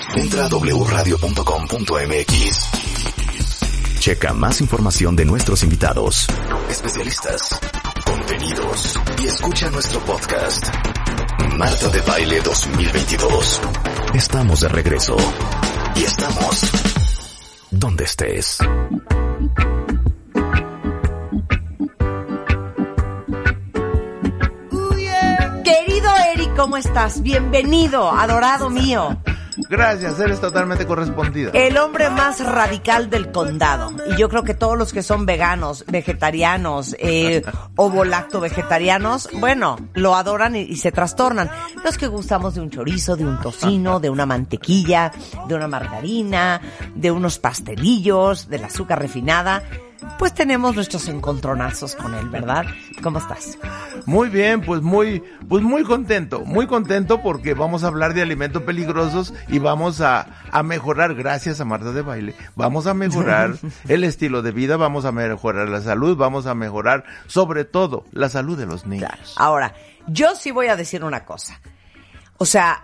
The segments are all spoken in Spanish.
Entra a wradio.com.mx. Checa más información de nuestros invitados, especialistas, contenidos y escucha nuestro podcast. Marta de Baile 2022. Estamos de regreso y estamos donde estés. Querido Eric, ¿cómo estás? Bienvenido, adorado mío. Gracias, eres totalmente correspondido. El hombre más radical del condado. Y yo creo que todos los que son veganos, vegetarianos, ovo-lacto vegetarianos, bueno, lo adoran y se trastornan. Los que gustamos de un chorizo, de un tocino, de una mantequilla, de una margarina, de unos pastelillos, del azúcar refinada, pues tenemos nuestros encontronazos con él, ¿verdad? ¿Cómo estás? Muy bien, pues muy contento porque vamos a hablar de alimentos peligrosos y vamos a mejorar, gracias a Marta de Baile, vamos a mejorar el estilo de vida, vamos a mejorar la salud, vamos a mejorar sobre todo la salud de los niños. Claro. Ahora, yo sí voy a decir una cosa, o sea,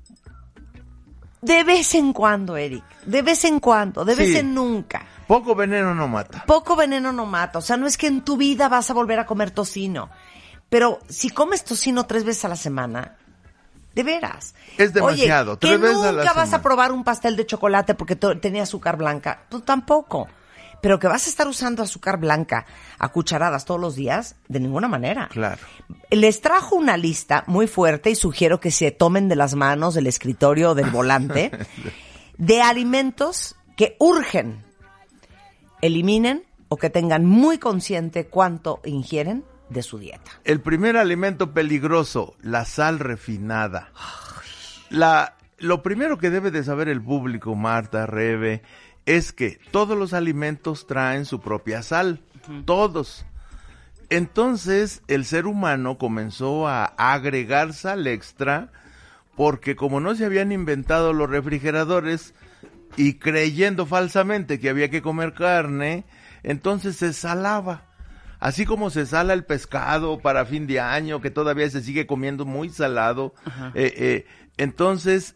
de vez en cuando, Eric, de vez en cuando, de vez en nunca. Poco veneno no mata. Poco veneno no mata. O sea, no es que en tu vida vas a volver a comer tocino. Pero si comes tocino 3 veces a la semana, de veras. Es demasiado. Oye, 3 veces a la nunca vas semana. A probar un pastel de chocolate porque tenía azúcar blanca. Tú tampoco. Pero que vas a estar usando azúcar blanca a cucharadas todos los días, de ninguna manera. Claro. Les trajo una lista muy fuerte y sugiero que se tomen de las manos del escritorio o del volante de alimentos que urgen eliminen o que tengan muy consciente cuánto ingieren de su dieta. El primer alimento peligroso, la sal refinada. Lo primero que debe de saber el público, Marta, Rebe, es que todos los alimentos traen su propia sal. Todos. Entonces, el ser humano comenzó a agregar sal extra porque como no se habían inventado los refrigeradores, y creyendo falsamente que había que comer carne, entonces se salaba. Así como se sala el pescado para fin de año, que todavía se sigue comiendo muy salado, entonces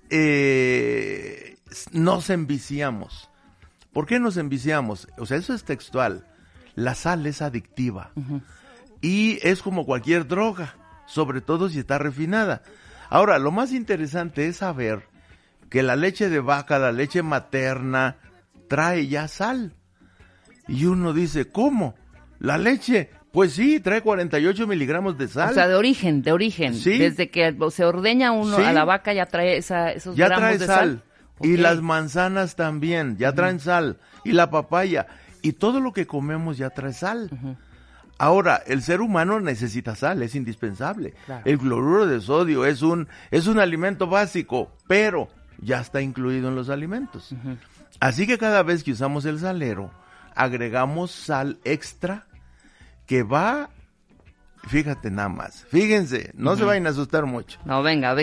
nos enviciamos. ¿Por qué nos enviciamos? O sea, eso es textual. La sal es adictiva. Y es como cualquier droga, sobre todo si está refinada. Ahora, lo más interesante es saber que la leche de vaca, la leche materna, trae ya sal. Y uno dice, ¿cómo? ¿La leche? Pues sí, trae 48 miligramos de sal. O sea, de origen. Sí. Desde que se ordeña uno a la vaca ya trae esos ya gramos trae de sal. Okay. Y las manzanas también, ya traen sal. Y la papaya. Y todo lo que comemos ya trae sal. Ahora, el ser humano necesita sal, es indispensable. Claro. El cloruro de sodio es un alimento básico, pero ya está incluido en los alimentos. Así que cada vez que usamos el salero, agregamos sal extra que va, fíjate nada más, fíjense, no se vayan a asustar mucho. No, venga.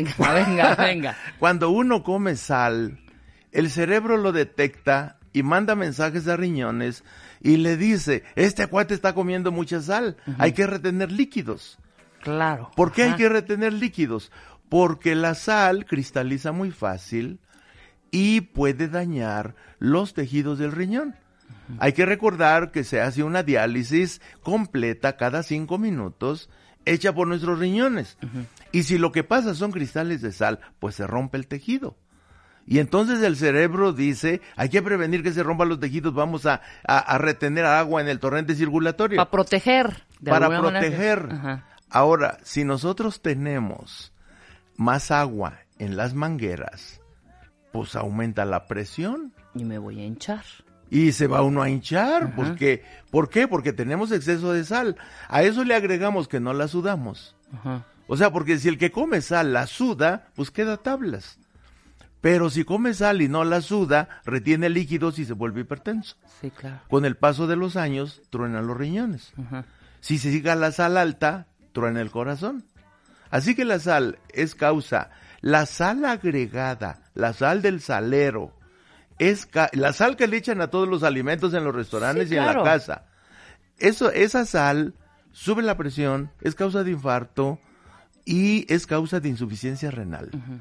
Cuando uno come sal, el cerebro lo detecta y manda mensajes a riñones y le dice, este cuate está comiendo mucha sal, hay que retener líquidos. Claro. ¿Por qué hay que retener líquidos? Porque la sal cristaliza muy fácil y puede dañar los tejidos del riñón. Hay que recordar que se hace una diálisis completa cada 5 minutos hecha por nuestros riñones. Y si lo que pasa son cristales de sal, pues se rompe el tejido. Y entonces el cerebro dice, hay que prevenir que se rompan los tejidos, vamos a retener agua en el torrente circulatorio. Para proteger. Para proteger. Ahora, si nosotros tenemos más agua en las mangueras, pues aumenta la presión. Y me voy a hinchar. Y se va uno a hinchar. ¿Por qué? Porque tenemos exceso de sal. A eso le agregamos que no la sudamos. O sea, porque si el que come sal la suda, pues queda tablas. Pero si come sal y no la suda, retiene líquidos y se vuelve hipertenso. Sí, claro. Con el paso de los años, truenan los riñones. Si se siga la sal alta, truena el corazón. Así que la sal es causa. La sal agregada, la sal del salero, la sal que le echan a todos los alimentos en los restaurantes y en la casa. Esa sal sube la presión, es causa de infarto y es causa de insuficiencia renal.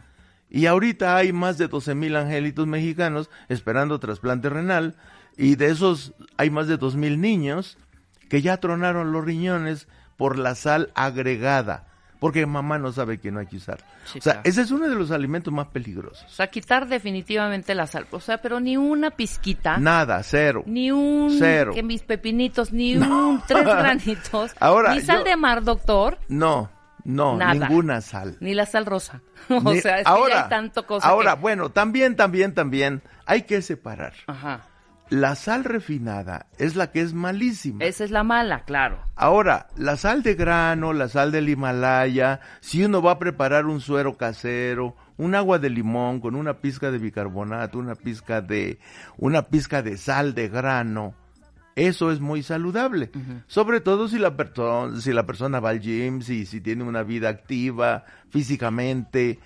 Y ahorita hay más de 12,000 angelitos mexicanos esperando trasplante renal, y de esos hay más de 2,000 niños que ya tronaron los riñones por la sal agregada, porque mamá no sabe que no hay que usar. Sí, o sea, claro. ese es uno de los alimentos más peligrosos. O sea, quitar definitivamente la sal. O sea, pero ni una pizquita. Nada, cero. Ni un... Cero. Que mis pepinitos, ni un... 3 granitos. Ahora, ni sal de mar, doctor. No, Nada. ninguna sal. Ni la sal rosa. O Ni- sea, es que ya hay tanto cosa ahora, que... bueno, también, hay que separar. Ajá. La sal refinada es la que es malísima. Esa es la mala, claro. Ahora, la sal de grano, la sal del Himalaya, si uno va a preparar un suero casero, un agua de limón con una pizca de bicarbonato, una pizca de sal de grano, eso es muy saludable. Sobre todo si la persona va al gym, si tiene una vida activa físicamente,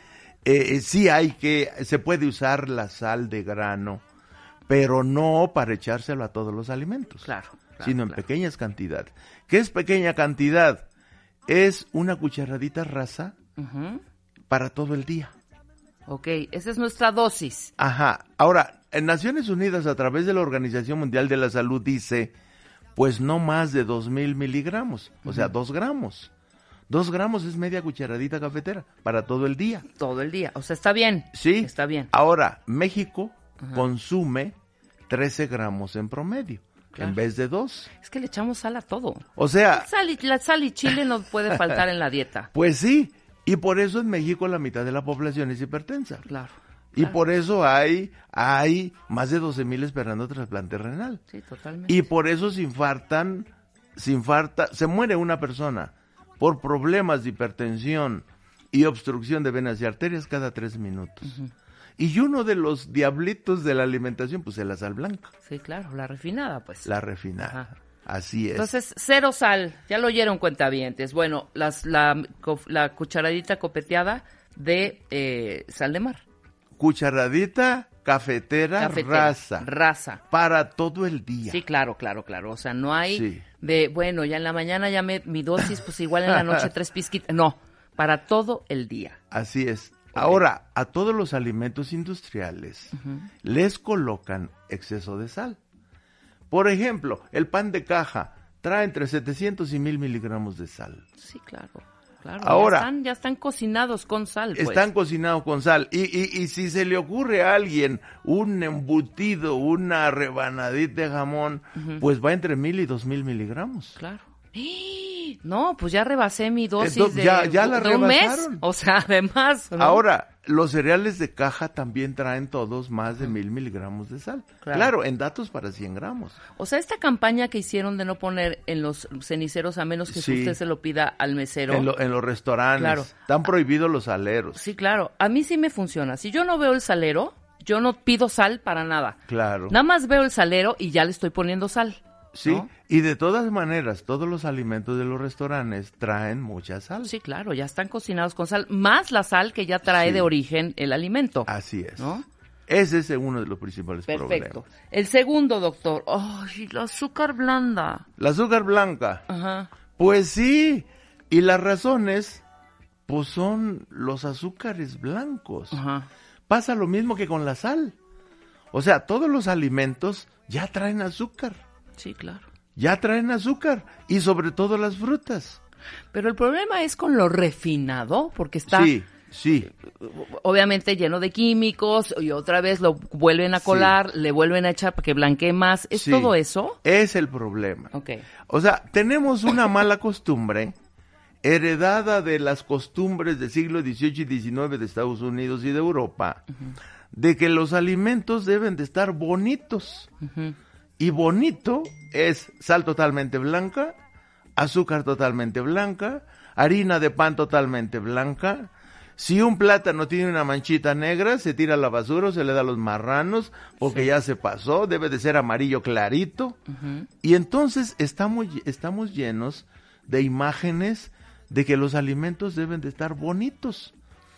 se puede usar la sal de grano, pero no para echárselo a todos los alimentos, Claro, sino en claro. pequeñas cantidades. ¿Qué es pequeña cantidad? Es una cucharadita rasa Ujú. para todo el día. Ok, esa es nuestra dosis. Ajá. Ahora, en Naciones Unidas, a través de la Organización Mundial de la Salud, dice, pues no más de 2,000 miligramos, o sea, 2 gramos. 2 gramos es media cucharadita cafetera para todo el día. Todo el día. O sea, está bien. Sí. Está bien. Ahora, México consume 13 gramos en promedio, Claro. en vez de 2. Es que le echamos sal a todo. O sea, La sal y chile no puede faltar en la dieta. pues sí, y por eso en México la mitad de la población es hipertensa. Claro. Y claro. por eso hay más de 12,000 esperando trasplante renal. Sí, totalmente. Y por eso se muere una persona por problemas de hipertensión y obstrucción de venas y arterias cada 3 minutos. Y uno de los diablitos de la alimentación, pues es la sal blanca, Sí, claro, la refinada, pues. la refinada. Ajá. Así es. Entonces, cero sal. Ya lo oyeron, cuentavientes. Bueno, la cucharadita copeteada de sal de mar. Cucharadita cafetera rasa. Rasa. Para todo el día. Sí, claro. O sea, no hay Sí. de, bueno, ya en la mañana ya mi dosis, pues igual en la noche 3 pizquitas. No, para todo el día. Así es. Ahora, a todos los alimentos industriales les colocan exceso de sal. Por ejemplo, el pan de caja trae entre 700 y 1,000 miligramos de sal. Sí, claro. Ahora, ya están cocinados con sal, pues. Están cocinados con sal. Y si se le ocurre a alguien un embutido, una rebanadita de jamón, pues va entre 1,000 y 2,000 miligramos. Claro. No, pues ya rebasé mi dosis Entonces, ya la de un mes. rebasaron. O sea, además, ¿no? Ahora, los cereales de caja también traen todos más de 1,000 miligramos de sal. Claro, en datos para 100 gramos. O sea, esta campaña que hicieron de no poner en los ceniceros a menos que Sí. usted se lo pida al mesero. En los restaurantes. Claro. Están prohibidos los saleros. Sí, claro. A mí sí me funciona. Si yo no veo el salero, yo no pido sal para nada. Claro. Nada más veo el salero y ya le estoy poniendo sal. Sí, ¿no? y de todas maneras, todos los alimentos de los restaurantes traen mucha sal. Sí, claro, ya están cocinados con sal, más la sal que ya trae Sí. de origen el alimento. Así es. ¿No? Ese es uno de los principales Perfecto. problemas. El segundo, doctor. Ay, la azúcar blanda. La azúcar blanca. Ajá. Pues sí, y las razones, pues son los azúcares blancos. Ajá. Pasa lo mismo que con la sal. O sea, todos los alimentos ya traen azúcar. Sí, claro. Ya traen azúcar. Y sobre todo las frutas. Pero el problema es con lo refinado, porque está Sí. obviamente lleno de químicos y otra vez lo vuelven a colar, le vuelven a echar para que blanquee más. ¿Es Sí. todo eso? Es el problema. Ok. O sea, tenemos una mala costumbre heredada de las costumbres del siglo XVIII y XIX de Estados Unidos y de Europa, de que los alimentos deben de estar bonitos. Y bonito es sal totalmente blanca, azúcar totalmente blanca, harina de pan totalmente blanca. Si un plátano tiene una manchita negra, se tira a la basura o se le da a los marranos porque ya se pasó, debe de ser amarillo clarito. Y entonces estamos llenos de imágenes de que los alimentos deben de estar bonitos.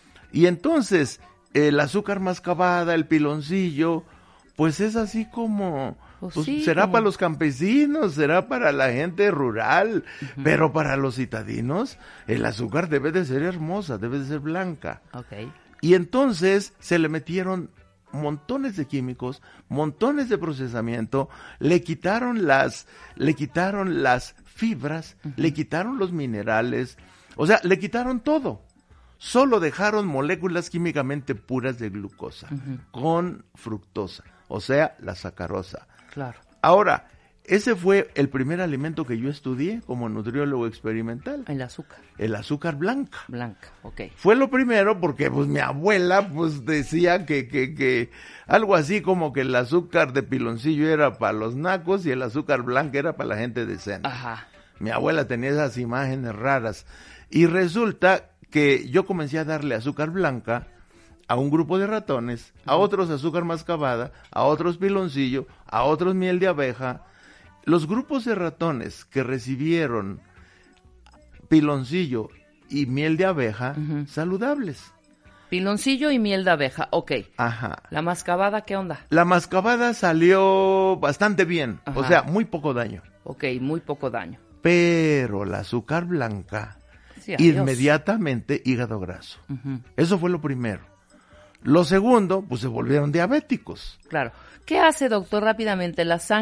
Y entonces el azúcar mascabada, el piloncillo, pues es así como... Pues sí, será como... para los campesinos, será para la gente rural, pero para los citadinos el azúcar debe de ser hermosa, debe de ser blanca. Ok. Y entonces se le metieron montones de químicos, montones de procesamiento, le quitaron las fibras, le quitaron los minerales, o sea, le quitaron todo. Solo dejaron moléculas químicamente puras de glucosa, con fructosa, o sea, la sacarosa. Claro. Ahora, ese fue el primer alimento que yo estudié como nutriólogo experimental. El azúcar. El azúcar blanca. Blanca, ok. Fue lo primero porque pues mi abuela pues decía que algo así como que el azúcar de piloncillo era para los nacos y el azúcar blanca era para la gente decente. Ajá. Mi abuela tenía esas imágenes raras. Y resulta que yo comencé a darle azúcar blanca a un grupo de ratones, a otros azúcar mascabada, a otros piloncillo, a otros miel de abeja. Los grupos de ratones que recibieron piloncillo y miel de abeja, saludables. Piloncillo y miel de abeja, ok. Ajá. ¿La mascabada qué onda? La mascabada salió bastante bien, Ajá. o sea, muy poco daño. Ok, muy poco daño. Pero la azúcar blanca, Sí, adiós. inmediatamente hígado graso. Eso fue lo primero. Lo segundo, pues se volvieron diabéticos. Claro. ¿Qué hace, doctor, rápidamente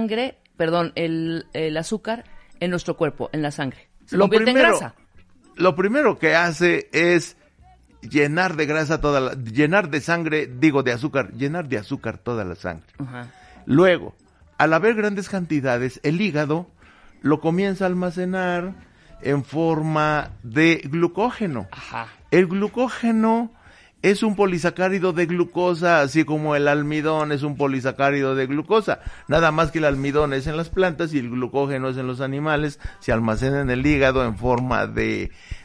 el azúcar en nuestro cuerpo, en la sangre? ¿Se convierte en grasa? Lo primero que hace es llenar de grasa llenar de azúcar toda la sangre. Ajá. Luego, al haber grandes cantidades, el hígado lo comienza a almacenar en forma de glucógeno. Ajá. El glucógeno es un polisacárido de glucosa, así como el almidón es un polisacárido de glucosa. Nada más que el almidón es en las plantas y el glucógeno es en los animales. Se almacena en el hígado en forma de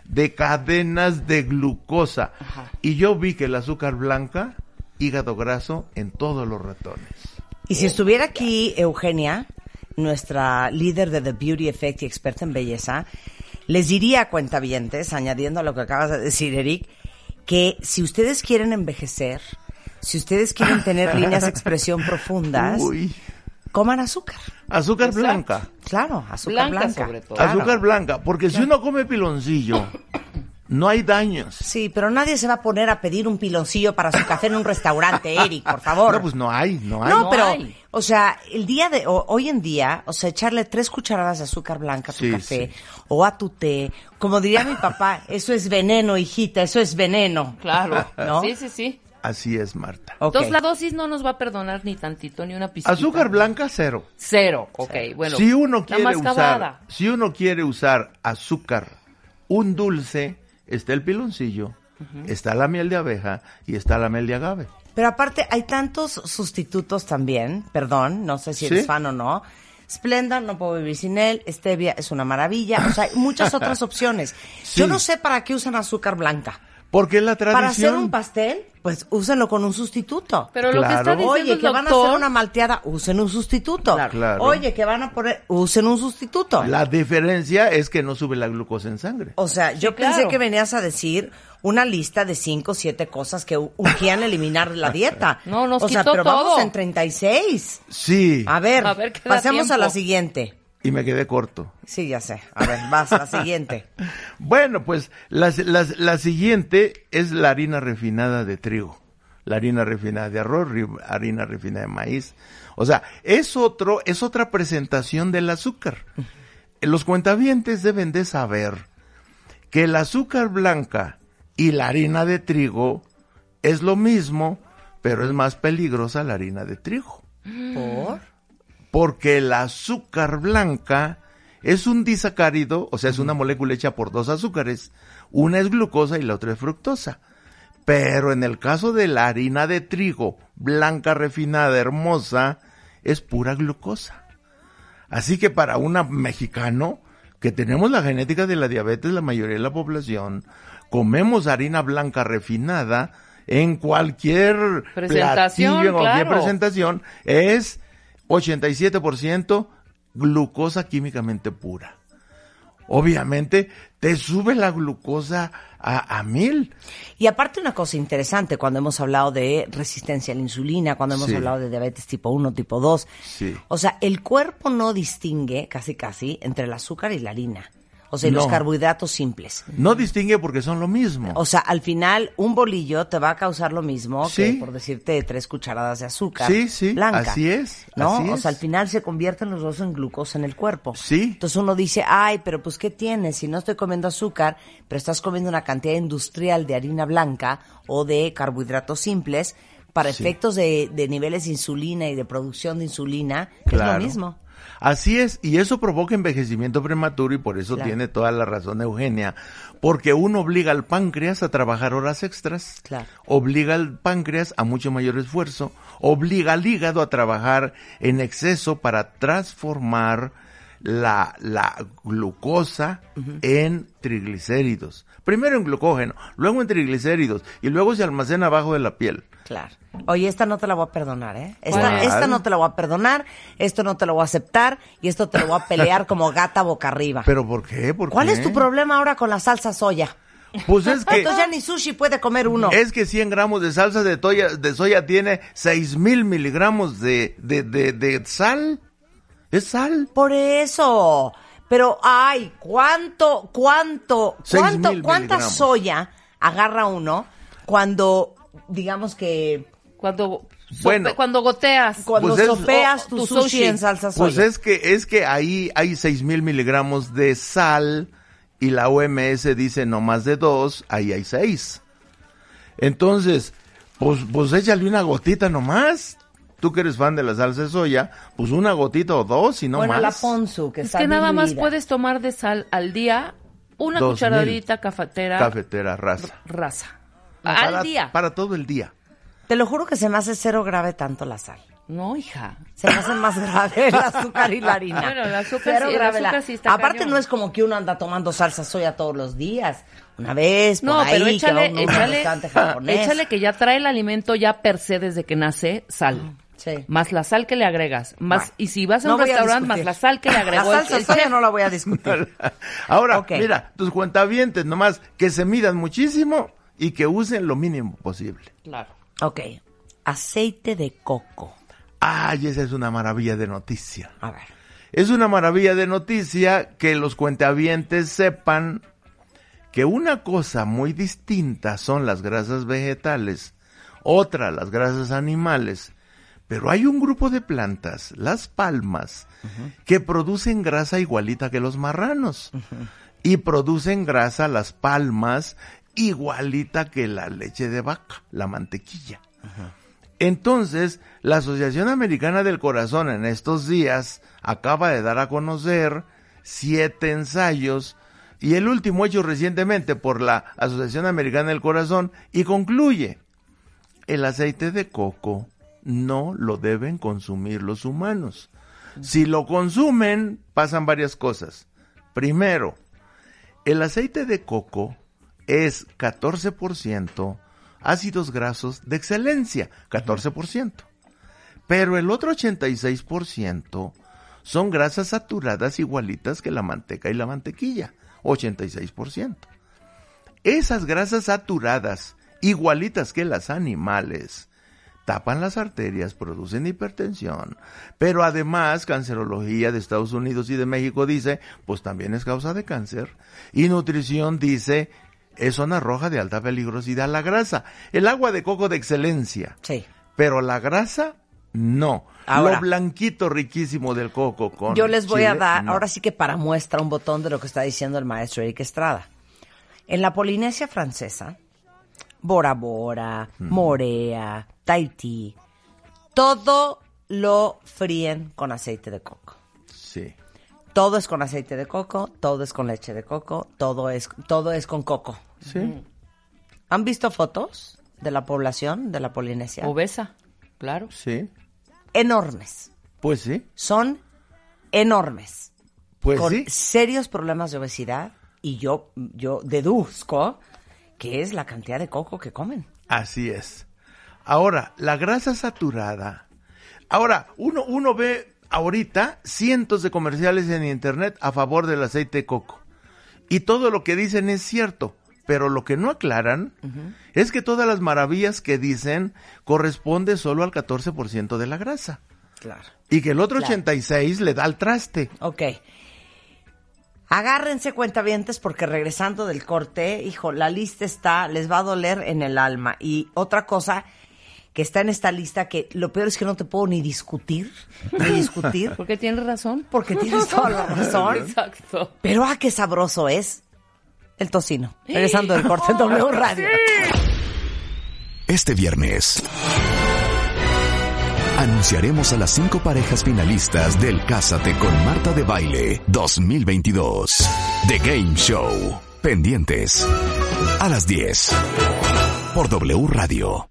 cadenas de glucosa. Ajá. Y yo vi que el azúcar blanca, hígado graso en todos los ratones. Y si estuviera aquí Eugenia, nuestra líder de The Beauty Effect y experta en belleza, les diría, cuentavientes, añadiendo a lo que acabas de decir, Eric, que si ustedes quieren envejecer, si ustedes quieren tener líneas de expresión profundas, coman azúcar. Azúcar Exacto. blanca. Claro, azúcar blanca. Sobre todo. Claro. Azúcar blanca, porque si uno come piloncillo, no hay daños. Sí, pero nadie se va a poner a pedir un piloncillo para su café en un restaurante, Eric, por favor. No, pues no hay. No, pero, hay. o sea, hoy en día, o sea, echarle 3 cucharadas de azúcar blanca a tu café o a tu té, como diría mi papá, eso es veneno, hijita, eso es veneno. Claro. ¿No? Sí. Así es, Marta. Ok. Entonces la dosis no nos va a perdonar ni tantito, ni una pizquita. Azúcar blanca, 0. 0, ok, bueno. Si uno la quiere usar azúcar, un dulce, está el piloncillo, está la miel de abeja y está la miel de agave. Pero aparte hay tantos sustitutos también, perdón, no sé si eres fan o no. Splenda, no puedo vivir sin él. Stevia es una maravilla. O sea, hay muchas otras opciones. Sí. Yo no sé para qué usan azúcar blanca. Porque la tradición... Para hacer un pastel, pues úsenlo con un sustituto. Pero lo que Claro. está diciendo Oye, el que van a doctor, hacer una malteada, usen un sustituto. Claro. Oye, que van a poner, usen un sustituto. La diferencia es que no sube la glucosa en sangre. O sea, yo claro. pensé que venías a decir una lista de 5 o 7 cosas que urgían eliminar de la dieta. No, nos o sea, quitó pero todo. vamos en 36. Sí. A ver, ¿qué da pasemos a tiempo? la siguiente. Y me quedé corto. Sí, ya sé. A ver, vas a la siguiente. Bueno, pues la siguiente es la harina refinada de trigo. La harina refinada de arroz, harina refinada de maíz. O sea, es otra presentación del azúcar. Los cuentavientes deben de saber que el azúcar blanca y la harina de trigo es lo mismo, pero es más peligrosa la harina de trigo. ¿Por? Porque el azúcar blanca es un disacárido, o sea, es una molécula hecha por 2 azúcares. Una es glucosa y la otra es fructosa. Pero en el caso de la harina de trigo blanca, refinada, hermosa, es pura glucosa. Así que para un mexicano que tenemos la genética de la diabetes, la mayoría de la población, comemos harina blanca refinada en cualquier Presentación, platillo, en cualquier claro. presentación, es 87% glucosa químicamente pura. Obviamente te sube la glucosa a 1000. Y aparte una cosa interesante, cuando hemos hablado de resistencia a la insulina, cuando hemos hablado de diabetes tipo 1, tipo 2, Sí. o sea, el cuerpo no distingue casi entre el azúcar y la harina. O sea, y los No. carbohidratos simples. No distingue porque son lo mismo. O sea, al final, un bolillo te va a causar lo mismo Sí. que, por decirte, 3 cucharadas de azúcar Sí, sí, blanca. así es, ¿No? así O es. sea, al final se convierten los dos en glucosa en el cuerpo. Sí. Entonces uno dice, ay, pero pues, ¿qué tienes? Si no estoy comiendo azúcar, pero estás comiendo una cantidad industrial de harina blanca o de carbohidratos simples, para Sí. efectos de niveles de insulina y de producción de insulina, es Claro. lo mismo. Así es, y eso provoca envejecimiento prematuro y por eso Claro. tiene toda la razón Eugenia, porque uno obliga al páncreas a trabajar horas extras, Claro. obliga al páncreas a mucho mayor esfuerzo, obliga al hígado a trabajar en exceso para transformar la glucosa en triglicéridos. Primero en glucógeno, luego en triglicéridos y luego se almacena abajo de la piel. Claro. Oye, esta no te la voy a perdonar, ¿eh? ¿Cuál? Esta no te la voy a perdonar, esto no te lo voy a aceptar y esto te lo voy a pelear como gata boca arriba. ¿Pero por qué? ¿Cuál es tu problema ahora con la salsa soya? Pues es que... Entonces ya ni sushi puede comer uno. Es que 100 gramos de salsa de soya tiene 6,000 miligramos de sal. Es sal. Por eso. Pero, ay, ¿cuánta 6,000 cuánta miligramos. soya agarra uno cuando, digamos que, Cuando, Bueno. cuando goteas. cuando Pues es- sopeas tu tu sushi sushi. en salsa soya? Pues es que ahí hay 6,000 miligramos de sal y la OMS dice no más de 2, ahí hay 6. Entonces, pues échale una gotita nomás. Tú que eres fan de la salsa de soya, pues una gotita o 2 y no bueno, más. la Ponzu, que Es está que nada más diluida. puedes tomar de sal al día una 2,000. cucharadita cafetera Cafetera rasa. rasa. Para- Al día. Para todo el día. Te lo juro que se me hace cero grave tanto la sal. No, hija. Se me hace más grave el azúcar y la harina. Bueno, el azúcar Cero sí, el grave azúcar sí está Aparte cañón. no es como que uno anda tomando salsa soya todos los días. Una vez, por No, ahí, pero que va échale, uno a un restaurante japonés. échale que ya trae el alimento ya per se desde que nace sal. Sí. Más la sal que le agregas. Más, Bueno, y si vas a no un voy a restaurante, más discutir. la sal que le agregó La salsa el soya chef. no la voy a discutir. Ahora, Ok. mira, tus cuentavientes nomás que se midan muchísimo y que usen lo mínimo posible. Claro. Ok. Aceite de coco. Ay, esa es una maravilla de noticia. A ver. Es una maravilla de noticia que los cuentavientes sepan que una cosa muy distinta son las grasas vegetales, otra las grasas animales, pero hay un grupo de plantas, las palmas, que producen grasa igualita que los marranos y producen grasa las palmas igualita que la leche de vaca, la mantequilla. Entonces, la Asociación Americana del Corazón en estos días acaba de dar a conocer 7 ensayos y el último hecho recientemente por la Asociación Americana del Corazón y concluye, el aceite de coco no lo deben consumir los humanos. Si lo consumen, pasan varias cosas. Primero, el aceite de coco es 14% ácidos grasos de excelencia, 14%. Pero el otro 86% son grasas saturadas igualitas que la manteca y la mantequilla, 86%. Esas grasas saturadas igualitas que las animales tapan las arterias, producen hipertensión, pero además Cancerología de Estados Unidos y de México dice, pues también es causa de cáncer, y Nutrición dice, es zona roja de alta peligrosidad la grasa. El agua de coco de excelencia, Sí. pero la grasa, no. Ahora, lo blanquito riquísimo del coco con Yo les voy a chile, dar, no. ahora sí que para muestra, un botón de lo que está diciendo el maestro Eric Estrada. En la Polinesia francesa, Bora Bora, Morea, Tahití, todo lo fríen con aceite de coco. Sí. Todo es con aceite de coco, todo es con leche de coco, todo es con coco. Sí. ¿Han visto fotos de la población de la Polinesia? Obesa, claro. Sí. Enormes. Pues sí. Son enormes. Pues con sí. serios problemas de obesidad y yo deduzco que es la cantidad de coco que comen. Así es. Ahora, la grasa saturada. Ahora, uno ve ahorita cientos de comerciales en internet a favor del aceite de coco. Y todo lo que dicen es cierto. Pero lo que no aclaran es que todas las maravillas que dicen corresponde solo al 14% de la grasa. Claro. Y que el otro Claro. 86% le da al traste. Ok. Agárrense, cuentavientes, porque regresando del corte, hijo, la lista está, les va a doler en el alma. Y otra cosa que está en esta lista, que lo peor es que no te puedo ni discutir. Porque tienes razón. Porque tienes toda la razón. Exacto. Pero qué sabroso es el tocino. Regresando del corte en W Radio. Este viernes anunciaremos a las 5 parejas finalistas del Cásate con Marta de Baile 2022. The Game Show. Pendientes. A las 10. Por W Radio.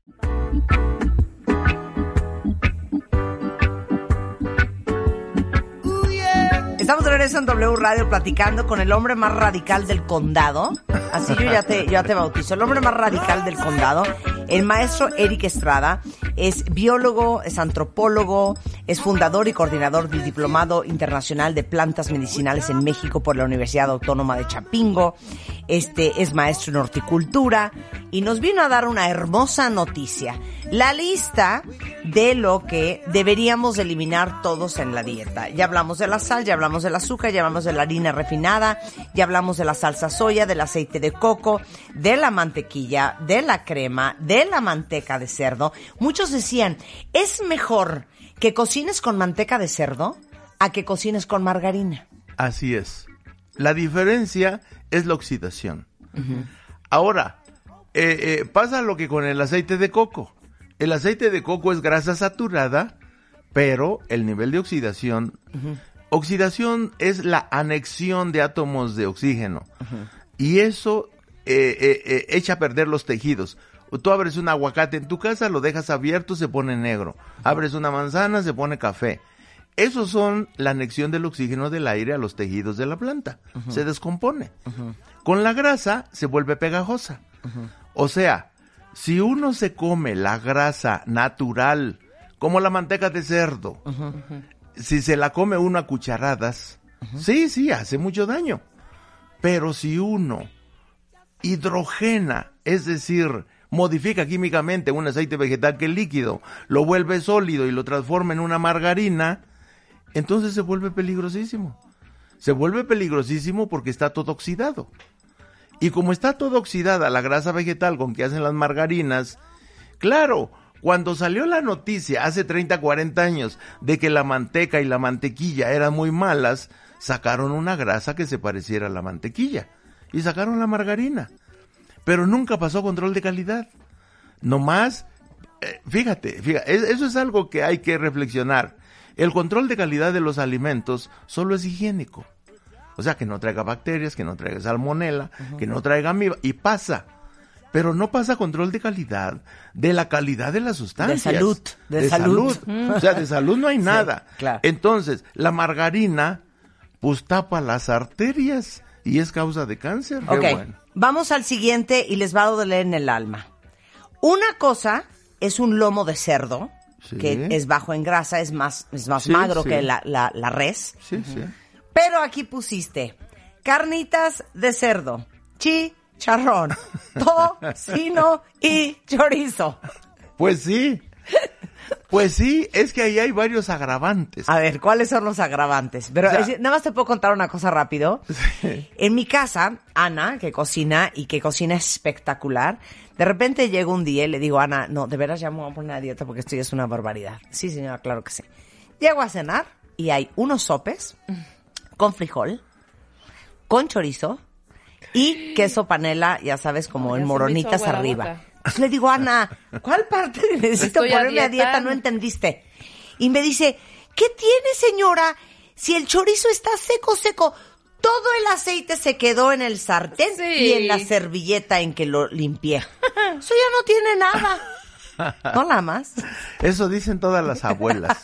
Estamos de regreso en W Radio platicando con el hombre más radical del condado. Así yo ya te bautizo. El hombre más radical del condado, el maestro Eric Estrada, es biólogo, es antropólogo, es fundador y coordinador del Diplomado Internacional de Plantas Medicinales en México por la Universidad Autónoma de Chapingo. Es maestro en horticultura y nos vino a dar una hermosa noticia. La lista de lo que deberíamos eliminar todos en la dieta. Ya hablamos de la sal, ya hablamos del azúcar, ya hablamos de la harina refinada, ya hablamos de la salsa soya, del aceite de coco, de la mantequilla, de la crema, de la manteca de cerdo. Muchos decían, es mejor que cocines con manteca de cerdo a que cocines con margarina. Así es. La diferencia es la oxidación. Ahora, pasa lo que con el aceite de coco. El aceite de coco es grasa saturada, pero el nivel de oxidación... Oxidación es la anexión de átomos de oxígeno. Y eso echa a perder los tejidos. Tú abres un aguacate en tu casa, lo dejas abierto, se pone negro. Abres una manzana, se pone café. Esos son la anexión del oxígeno del aire a los tejidos de la planta. Se descompone. Con la grasa se vuelve pegajosa. O sea, si uno se come la grasa natural, como la manteca de cerdo, si se la come uno a cucharadas, sí, hace mucho daño. Pero si uno hidrogena, es decir, modifica químicamente un aceite vegetal que es líquido, lo vuelve sólido y lo transforma en una margarina, entonces se vuelve peligrosísimo. Se vuelve peligrosísimo porque está todo oxidado. Y como está todo oxidada la grasa vegetal con que hacen las margarinas, claro, cuando salió la noticia hace 30, 40 años de que la manteca y la mantequilla eran muy malas, sacaron una grasa que se pareciera a la mantequilla y sacaron la margarina. Pero nunca pasó control de calidad. Nomás, fíjate, eso es algo que hay que reflexionar. El control de calidad de los alimentos solo es higiénico. O sea, que no traiga bacterias, que no traiga salmonela, que no traiga amiba, y pasa. Pero no pasa control de calidad, de la calidad de las sustancias. De salud. O sea, de salud no hay nada. Claro. Entonces, la margarina, pues tapa las arterias y es causa de cáncer. Ok, Qué bueno. Vamos al siguiente y les va a doler en el alma. Una cosa es un lomo de cerdo, que es bajo en grasa, es más magro que la res. Sí. Pero aquí pusiste carnitas de cerdo, chicharrón, tocino y chorizo. Pues sí, es que ahí hay varios agravantes. A ver, ¿cuáles son los agravantes? Pero nada más te puedo contar una cosa rápido. Sí. En mi casa, Ana, que cocina espectacular, de repente llega un día y le digo, Ana, no, de veras ya me voy a poner a dieta porque esto ya es una barbaridad. Sí, señora, claro que sí. Llego a cenar y hay unos sopes con frijol, con chorizo y queso panela, ya sabes, como en moronitas arriba. Entonces le digo, Ana, ¿cuál parte necesito ponerme a dieta? No entendiste. Y me dice, ¿qué tiene, señora? Si el chorizo está seco, todo el aceite se quedó en el sartén y en la servilleta en que lo limpié. Eso ya no tiene nada. No nada más. Eso dicen todas las abuelas.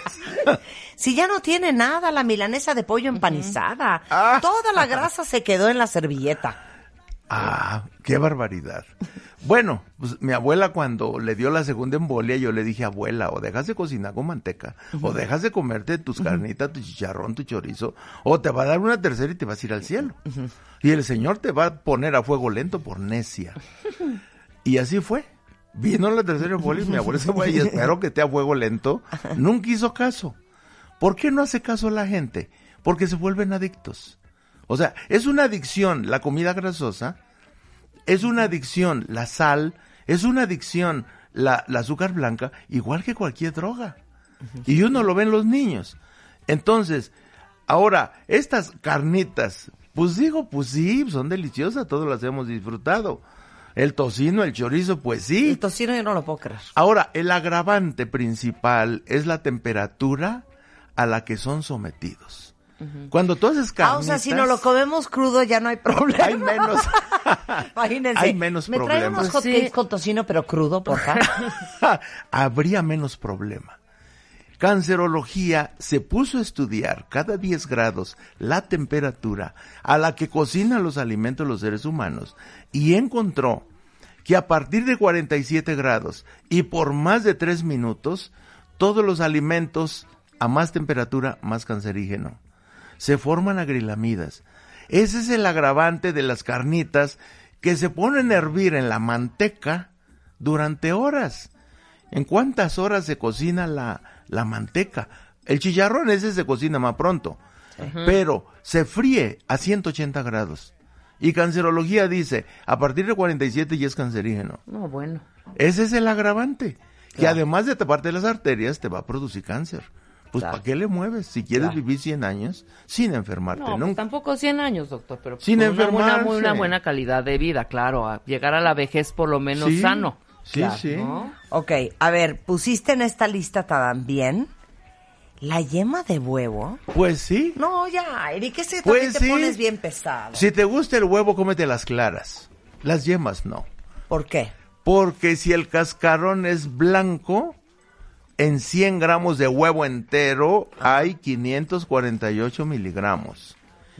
Si ya no tiene nada, la milanesa de pollo empanizada. Toda la grasa se quedó en la servilleta. Qué barbaridad. Bueno, pues mi abuela cuando le dio la segunda embolia, yo le dije, abuela, o dejas de cocinar con manteca, o dejas de comerte tus carnitas, tu chicharrón, tu chorizo, o te va a dar una tercera y te vas a ir al cielo. Y el Señor te va a poner a fuego lento por necia. Y así fue. Vino la tercera embolia y mi abuela se fue y espero que esté a fuego lento. Nunca hizo caso. ¿Por qué no hace caso la gente? Porque se vuelven adictos. O sea, es una adicción la comida grasosa, es una adicción la sal, es una adicción la azúcar blanca, igual que cualquier droga. Y uno lo ve en los niños. Entonces, ahora, estas carnitas, pues sí, son deliciosas, todos las hemos disfrutado. El tocino, el chorizo, pues sí. El tocino yo no lo puedo creer. Ahora, el agravante principal es la temperatura a la que son sometidos. Cuando tú haces carnitas... o sea, si no lo comemos crudo ya no hay problema. Hay menos... Imagínense. Hay menos ¿Me traen problemas. unos hotcakes con tocino pero crudo, por favor? Habría menos problema. Cancerología se puso a estudiar cada 10 grados la temperatura a la que cocinan los alimentos los seres humanos y encontró que a partir de 47 grados y por más de 3 minutos, todos los alimentos a más temperatura, más cancerígeno. Se forman agrilamidas. Ese es el agravante de las carnitas que se ponen a hervir en la manteca durante horas. ¿En cuántas horas se cocina la manteca? El chicharrón ese se cocina más pronto, pero se fríe a 180 grados. Y cancerología dice, a partir de 47 ya es cancerígeno. No, bueno. Ese es el agravante, que además de taparte las arterias, te va a producir cáncer. Pues Claro. ¿para qué le mueves? Si quieres vivir 100 años sin enfermarte No, pues nunca. tampoco 100 años, doctor, pero Sin con enfermarse. una buena calidad de vida, claro, a llegar a la vejez por lo menos Sí, sano. Sí, Claro, sí. ¿no? Ok, a ver, pusiste en esta lista también la yema de huevo. Pues sí. No, ya, Eric, ese Pues también te sí. pones bien pesado. Si te gusta el huevo, cómete las claras. Las yemas no. ¿Por qué? Porque si el cascarón es blanco, en 100 gramos de huevo entero hay 548 miligramos.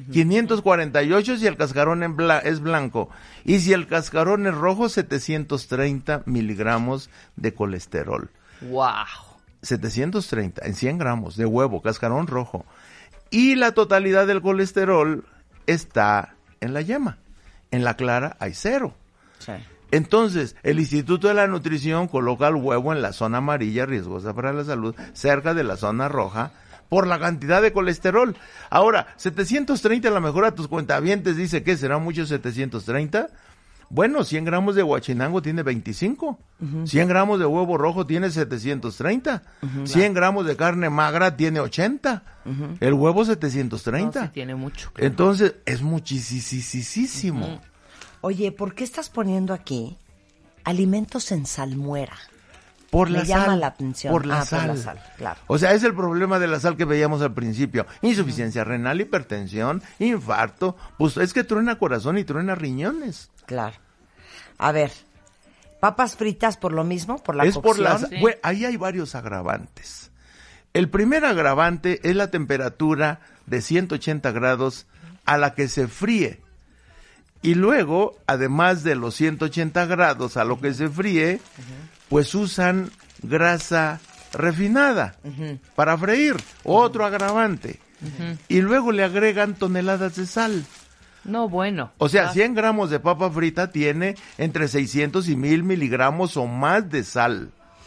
548 si el cascarón es blanco. Y si el cascarón es rojo, 730 miligramos de colesterol. Wow. 730 en 100 gramos de huevo, cascarón rojo. Y la totalidad del colesterol está en la yema. En la clara hay 0. Sí. Entonces, el Instituto de la Nutrición coloca el huevo en la zona amarilla, riesgosa para la salud, cerca de la zona roja, por la cantidad de colesterol. Ahora, 730 a lo mejor a tus cuentavientes dice que será mucho 730. Bueno, 100 gramos de guachinango tiene 25. 100 gramos de huevo rojo tiene 730. 100 gramos de carne magra tiene 80. El huevo 730. No, sí tiene mucho. Claro. Entonces, es muchísimo. Oye, ¿por qué estás poniendo aquí alimentos en salmuera? Por Me la llama sal, la atención. por la Por la sal. sal, claro. O sea, es el problema de la sal que veíamos al principio. Insuficiencia renal, hipertensión, infarto. Pues es que truena corazón y truena riñones. Claro. A ver, papas fritas por lo mismo, por la Es por cocción. las, Sí. güey, ahí hay varios agravantes. El primer agravante es la temperatura de 180 grados a la que se fríe. Y luego, además de los 180 grados a lo que se fríe, pues usan grasa refinada para freír, otro agravante. Y luego le agregan toneladas de sal. No, bueno. O sea, Ah, 100 gramos de papa frita tiene entre 600 y 1000 miligramos o más de sal.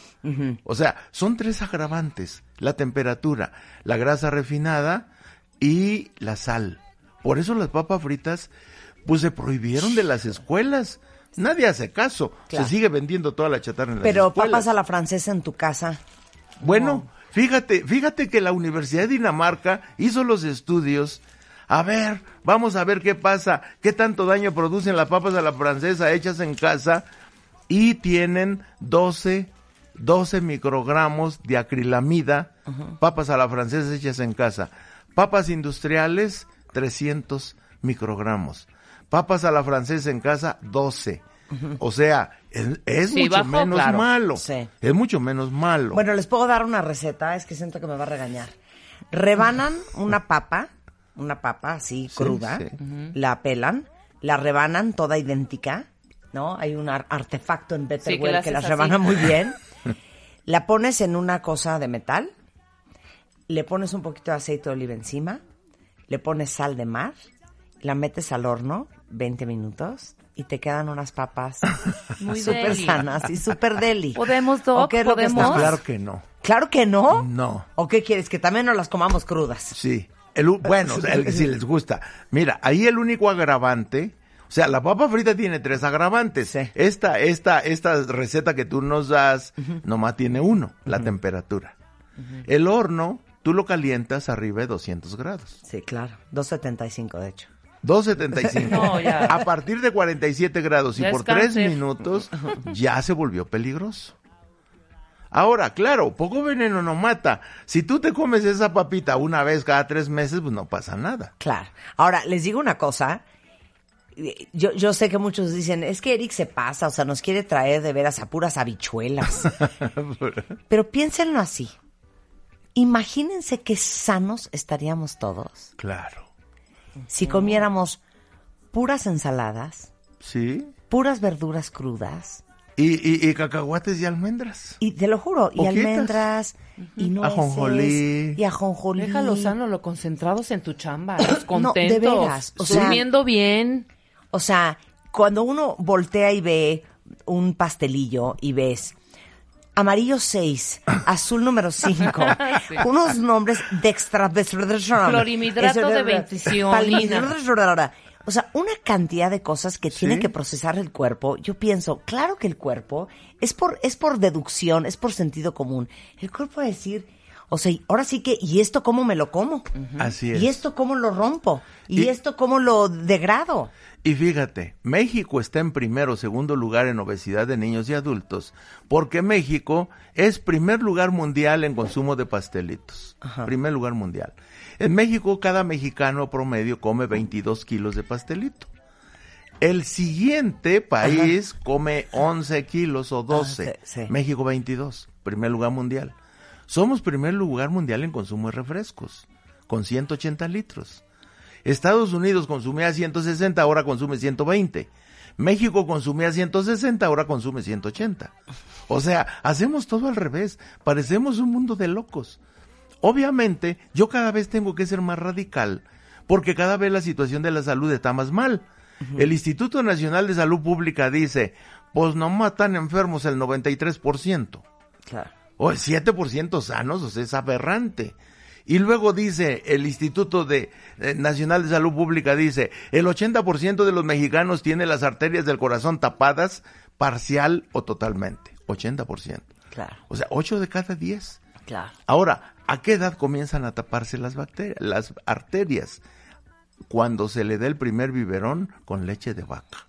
O sea, son 3 agravantes: la temperatura, la grasa refinada y la sal. Por eso las papas fritas, pues se prohibieron de las escuelas. Nadie hace caso. Claro. Se sigue vendiendo toda la chatarra en las Pero escuelas. papas a la francesa en tu casa. Bueno, fíjate que la Universidad de Dinamarca hizo los estudios. A ver, vamos a ver qué pasa, qué tanto daño producen las papas a la francesa hechas en casa, y tienen 12 microgramos de acrilamida, papas a la francesa hechas en casa. Papas industriales, 300 microgramos. Papas a la francesa en casa, 12. O sea, es Sí, mucho bajo, menos claro. malo. Sí. Es mucho menos malo. Bueno, les puedo dar una receta, es que siento que me va a regañar. Rebanan una papa así cruda, sí. la pelan, la rebanan toda idéntica, ¿no? Hay un artefacto en Betterware que la que haces las así. rebana muy bien. La pones en una cosa de metal, le pones un poquito de aceite de oliva encima, le pones sal de mar, la metes al horno 20 minutos y te quedan unas papas Muy súper deli. sanas y súper deli. ¿Podemos, Doc? ¿O qué es lo que ¿Podemos? estamos- Claro que no. Claro que no. No. ¿O qué quieres? Que también nos las comamos crudas. Sí. Si les gusta. Mira, ahí el único agravante, o sea, la papa frita tiene 3 agravantes. Sí. Esta receta que tú nos das, nomás tiene uno, la temperatura. El horno, tú lo calientas arriba de 200 grados. Sí, claro. 275, de hecho. 275. No, ya. A partir de 47 grados Ya y por es cáncer. 3 minutos, ya se volvió peligroso. Ahora, claro, poco veneno no mata. Si tú te comes esa papita una vez cada 3 meses, pues no pasa nada. Claro. Ahora, les digo una cosa. Yo sé que muchos dicen, es que Eric se pasa, o sea, nos quiere traer de veras a puras habichuelas. Pero piénsenlo así. Imagínense qué sanos estaríamos todos Claro. si comiéramos puras ensaladas, Sí. puras verduras crudas, Y cacahuates y almendras. y te lo juro, y Poquitas. almendras, y nueces, Ajonjolí. y ajonjolí. Déjalo sano, lo concentrados en tu chamba, los contentos, de veras, o sea, durmiendo bien. O sea, cuando uno voltea y ve un pastelillo y ves amarillo 6, azul número 5, Sí. unos nombres de extra... Clorimidrato de benticionina. O sea, una cantidad de cosas que tiene que procesar el cuerpo. Yo pienso, claro que el cuerpo es por deducción, es por sentido común. El cuerpo va a decir, o sea, ahora sí que, ¿y esto cómo me lo como? Así es. ¿Y esto cómo lo rompo? ¿Y Y- esto cómo lo degrado? Y fíjate, México está en primero o segundo lugar en obesidad de niños y adultos, porque México es primer lugar mundial en consumo de pastelitos. Primer lugar mundial. En México, cada mexicano promedio come 22 kilos de pastelito. El siguiente país come 11 kilos o 12. sí. México 22, primer lugar mundial. Somos primer lugar mundial en consumo de refrescos, con 180 litros. Estados Unidos consumía 160, ahora consume 120. México consumía 160, ahora consume 180. O sea, hacemos todo al revés. Parecemos un mundo de locos. Obviamente, yo cada vez tengo que ser más radical, porque cada vez la situación de la salud está más mal. El Instituto Nacional de Salud Pública dice, pues no matan enfermos el 93%. Claro. O el 7% sanos, o sea, es aberrante. Y luego dice el Instituto Nacional de Salud Pública, dice, el 80% de los mexicanos tiene las arterias del corazón tapadas parcial o totalmente. 80%. Claro, O sea, 8 de cada 10. claro. Ahora, ¿a qué edad comienzan a taparse las arterias? Cuando se le da el primer biberón con leche de vaca.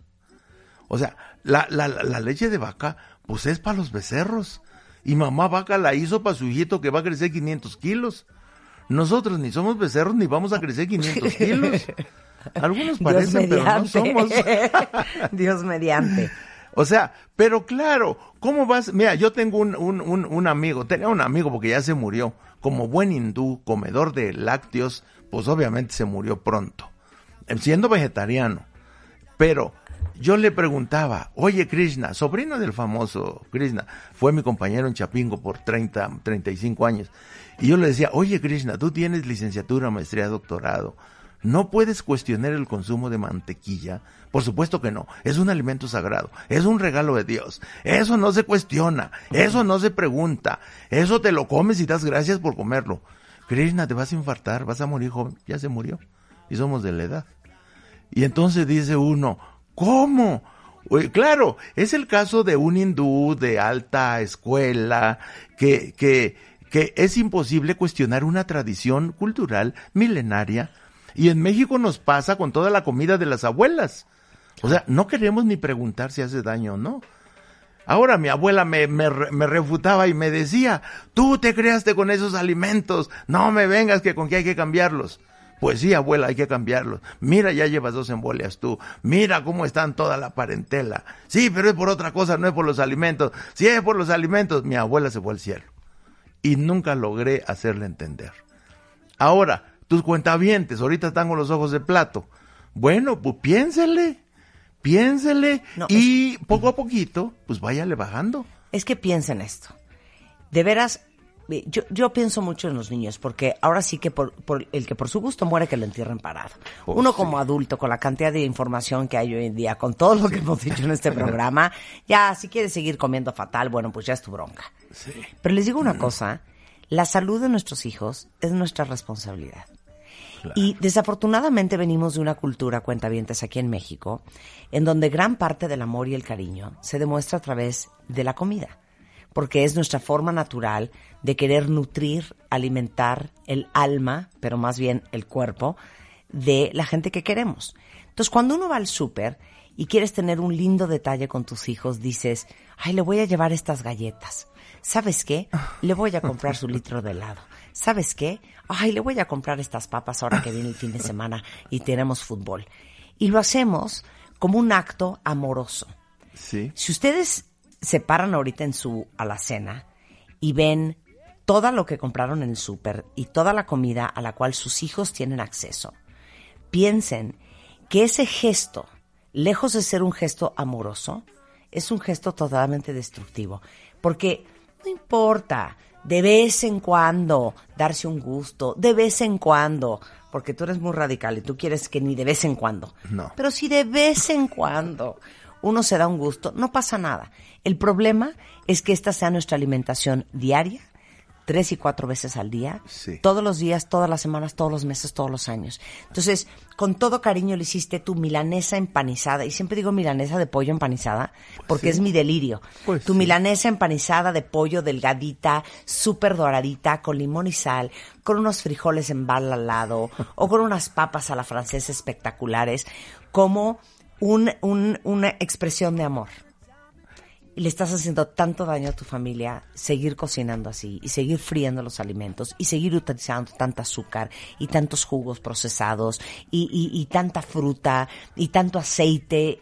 O sea, la leche de vaca, pues es para los becerros. Y mamá vaca la hizo para su hijito que va a crecer 500 kilos. Nosotros ni somos becerros ni vamos a crecer 500 kilos. Algunos parecen, pero no somos. Dios mediante. O sea, pero claro, ¿cómo vas? Mira, yo tengo un amigo, tenía un amigo porque ya se murió, como buen hindú, comedor de lácteos, pues obviamente se murió pronto, siendo vegetariano. Pero yo le preguntaba, oye Krishna, sobrino del famoso Krishna, fue mi compañero en Chapingo por 35 años, y yo le decía, oye Krishna, tú tienes licenciatura, maestría, doctorado, ¿no puedes cuestionar el consumo de mantequilla? Por supuesto que no, es un alimento sagrado, es un regalo de Dios, eso no se cuestiona, eso no se pregunta, eso te lo comes y das gracias por comerlo. Krishna, te vas a infartar, vas a morir joven, ya se murió, y somos de la edad. Y entonces dice uno, ¿cómo? Claro, es el caso de un hindú de alta escuela que es imposible cuestionar una tradición cultural milenaria. Y en México nos pasa con toda la comida de las abuelas. O sea, no queremos ni preguntar si hace daño o no. Ahora mi abuela me refutaba y me decía, tú te creaste con esos alimentos, no me vengas que con qué hay que cambiarlos. Pues sí, abuela, hay que cambiarlos. Mira, ya llevas 2 embolias tú. Mira cómo están toda la parentela. Sí, pero es por otra cosa, no es por los alimentos. Sí, es por los alimentos. Mi abuela se fue al cielo. Y nunca logré hacerle entender. Ahora, tus cuentavientes, ahorita están con los ojos de plato. Bueno, pues piénsele. No, Y poco a poquito, pues váyale bajando. Es que piensa en esto. De veras, yo pienso mucho en los niños, porque ahora sí que por el que por su gusto muere, que lo entierren parado. Oh, Uno sí. como adulto, con la cantidad de información que hay hoy en día, con todo lo que hemos dicho en este programa, ya si quieres seguir comiendo fatal, bueno, pues ya es tu bronca. Sí. Pero les digo una cosa, la salud de nuestros hijos es nuestra responsabilidad. Claro. Y desafortunadamente venimos de una cultura, cuentavientes, aquí en México, en donde gran parte del amor y el cariño se demuestra a través de la comida, porque es nuestra forma natural de querer nutrir, alimentar el alma, pero más bien el cuerpo, de la gente que queremos. Entonces, cuando uno va al súper y quieres tener un lindo detalle con tus hijos, dices, ay, le voy a llevar estas galletas. ¿Sabes qué? Le voy a comprar su litro de helado. ¿Sabes qué? Ay, le voy a comprar estas papas ahora que viene el fin de semana y tenemos fútbol. Y lo hacemos como un acto amoroso. Sí. Si ustedes se paran ahorita en su alacena y ven todo lo que compraron en el súper y toda la comida a la cual sus hijos tienen acceso, piensen que ese gesto, lejos de ser un gesto amoroso, es un gesto totalmente destructivo. Porque no importa, de vez en cuando, darse un gusto, de vez en cuando, porque tú eres muy radical y tú quieres que ni de vez en cuando. No. Pero si de vez en cuando uno se da un gusto, no pasa nada. El problema es que esta sea nuestra alimentación diaria, 3 y 4 veces al día, Sí. todos los días, todas las semanas, todos los meses, todos los años. Entonces, con todo cariño le hiciste tu milanesa empanizada, y siempre digo milanesa de pollo empanizada, porque sí. es mi delirio. Pues Tu sí. milanesa empanizada de pollo delgadita, súper doradita, con limón y sal, con unos frijoles en bala al lado, o con unas papas a la francesa espectaculares, como una expresión de amor. Y le estás haciendo tanto daño a tu familia seguir cocinando así y seguir friendo los alimentos y seguir utilizando tanta azúcar y tantos jugos procesados y tanta fruta y tanto aceite.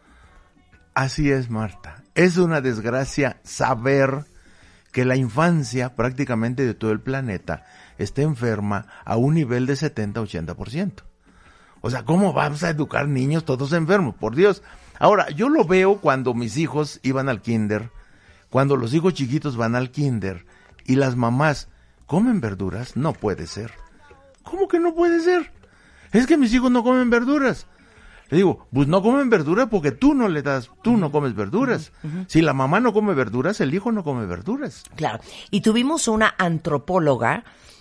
Así es, Marta. Es una desgracia saber que la infancia prácticamente de todo el planeta está enferma a un nivel de 70-80%. O sea, ¿cómo vamos a educar niños todos enfermos? Por Dios. Ahora, yo lo veo cuando mis hijos iban al kinder, cuando los hijos chiquitos van al kinder y las mamás comen verduras. No puede ser. ¿Cómo que no puede ser? Es que mis hijos no comen verduras. Le digo, pues no comen verduras porque tú no comes verduras. Si la mamá no come verduras, el hijo no come verduras. Claro. Y tuvimos una antropóloga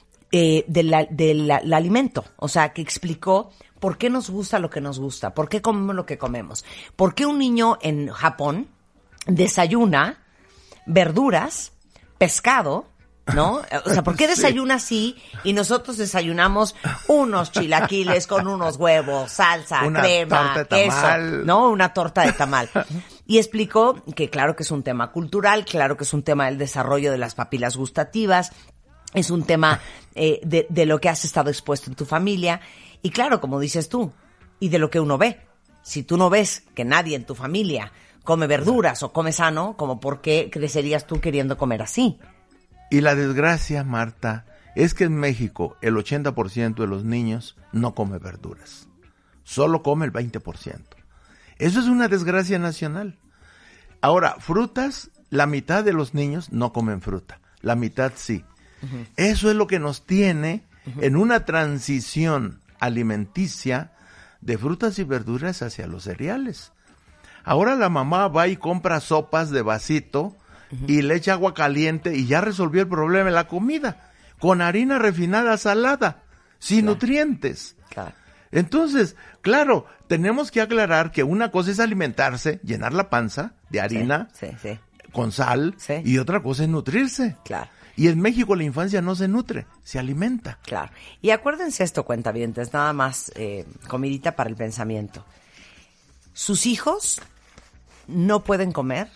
del alimento, o sea, que explicó por qué nos gusta lo que nos gusta, por qué comemos lo que comemos, por qué un niño en Japón desayuna verduras, pescado, ¿no? O sea, ¿por qué desayuna así y nosotros desayunamos unos chilaquiles con unos huevos, salsa, Una crema, torta de queso, tamal. ¿no? Una torta de tamal. Y explicó que claro que es un tema cultural, claro que es un tema del desarrollo de las papilas gustativas, es un tema de lo que has estado expuesto en tu familia. Y claro, como dices tú, y de lo que uno ve. Si tú no ves que nadie en tu familia come verduras o come sano, como por qué crecerías tú queriendo comer así. Y la desgracia, Marta, es que en México el 80% de los niños no come verduras. Solo come el 20%. Eso es una desgracia nacional. Ahora, frutas, la mitad de los niños no comen fruta. La mitad sí. Uh-huh. Eso es lo que nos tiene en una transición alimenticia de frutas y verduras hacia los cereales. Ahora la mamá va y compra sopas de vasito y le echa agua caliente y ya resolvió el problema de la comida, con harina refinada salada, sin nutrientes. Claro. Entonces, claro, tenemos que aclarar que una cosa es alimentarse, llenar la panza de harina sí. con sal, Sí. y otra cosa es nutrirse. Claro. Y en México la infancia no se nutre, se alimenta. Claro. Y acuérdense esto, cuentavientes, nada más comidita para el pensamiento. Sus hijos no pueden comer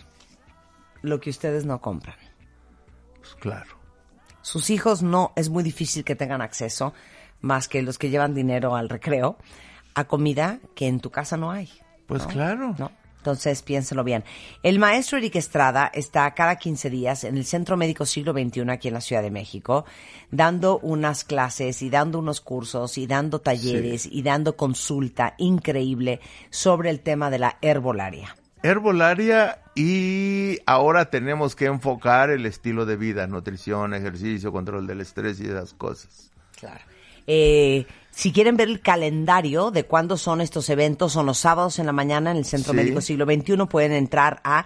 lo que ustedes no compran. Pues claro. Sus hijos no, es muy difícil que tengan acceso, más que los que llevan dinero al recreo, a comida que en tu casa no hay. Pues ¿no? claro. ¿No? Entonces, piénsenlo bien. El maestro Eric Estrada está cada 15 días en el Centro Médico Siglo XXI aquí en la Ciudad de México, dando unas clases y dando unos cursos y dando talleres y dando consulta increíble sobre el tema de la herbolaria. Herbolaria, y ahora tenemos que enfocar el estilo de vida, nutrición, ejercicio, control del estrés y esas cosas. Claro. Si quieren ver el calendario de cuándo son estos eventos, son los sábados en la mañana en el Centro Médico Siglo XXI, pueden entrar a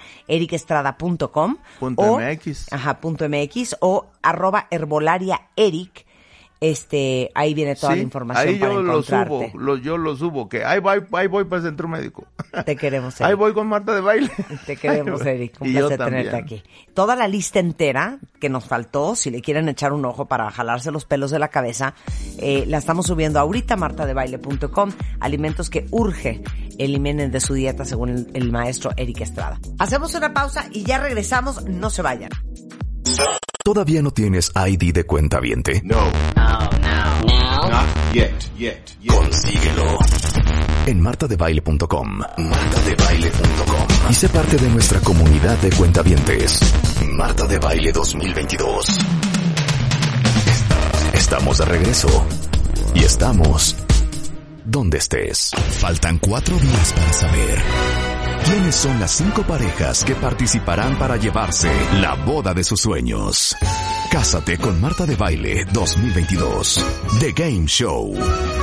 ericestrada.com .mx. .mx o @herbolariaeric ahí viene toda la información ahí para yo encontrarte. yo lo subo, que ahí voy para el centro médico. Te queremos, Eric. Ahí voy con Marta de Baile. Te queremos, Eric. Un Y yo placer tenerte también. aquí. Toda la lista entera que nos faltó, si le quieren echar un ojo para jalarse los pelos de la cabeza, la estamos subiendo ahorita a martadebaile.com. Alimentos que urge eliminen de su dieta según el maestro Eric Estrada. Hacemos una pausa y ya regresamos. No se vayan. ¿Todavía no tienes ID de cuentaviente? No. Not yet. Consíguelo en martadebaile.com. martadebaile.com y sé parte de nuestra comunidad de cuentavientes. Marta de Baile 2022. Estamos de regreso y estamos donde estés. Faltan 4 días para saber quiénes son las 5 parejas que participarán para llevarse la boda de sus sueños. Cásate con Marta de Baile 2022. The Game Show.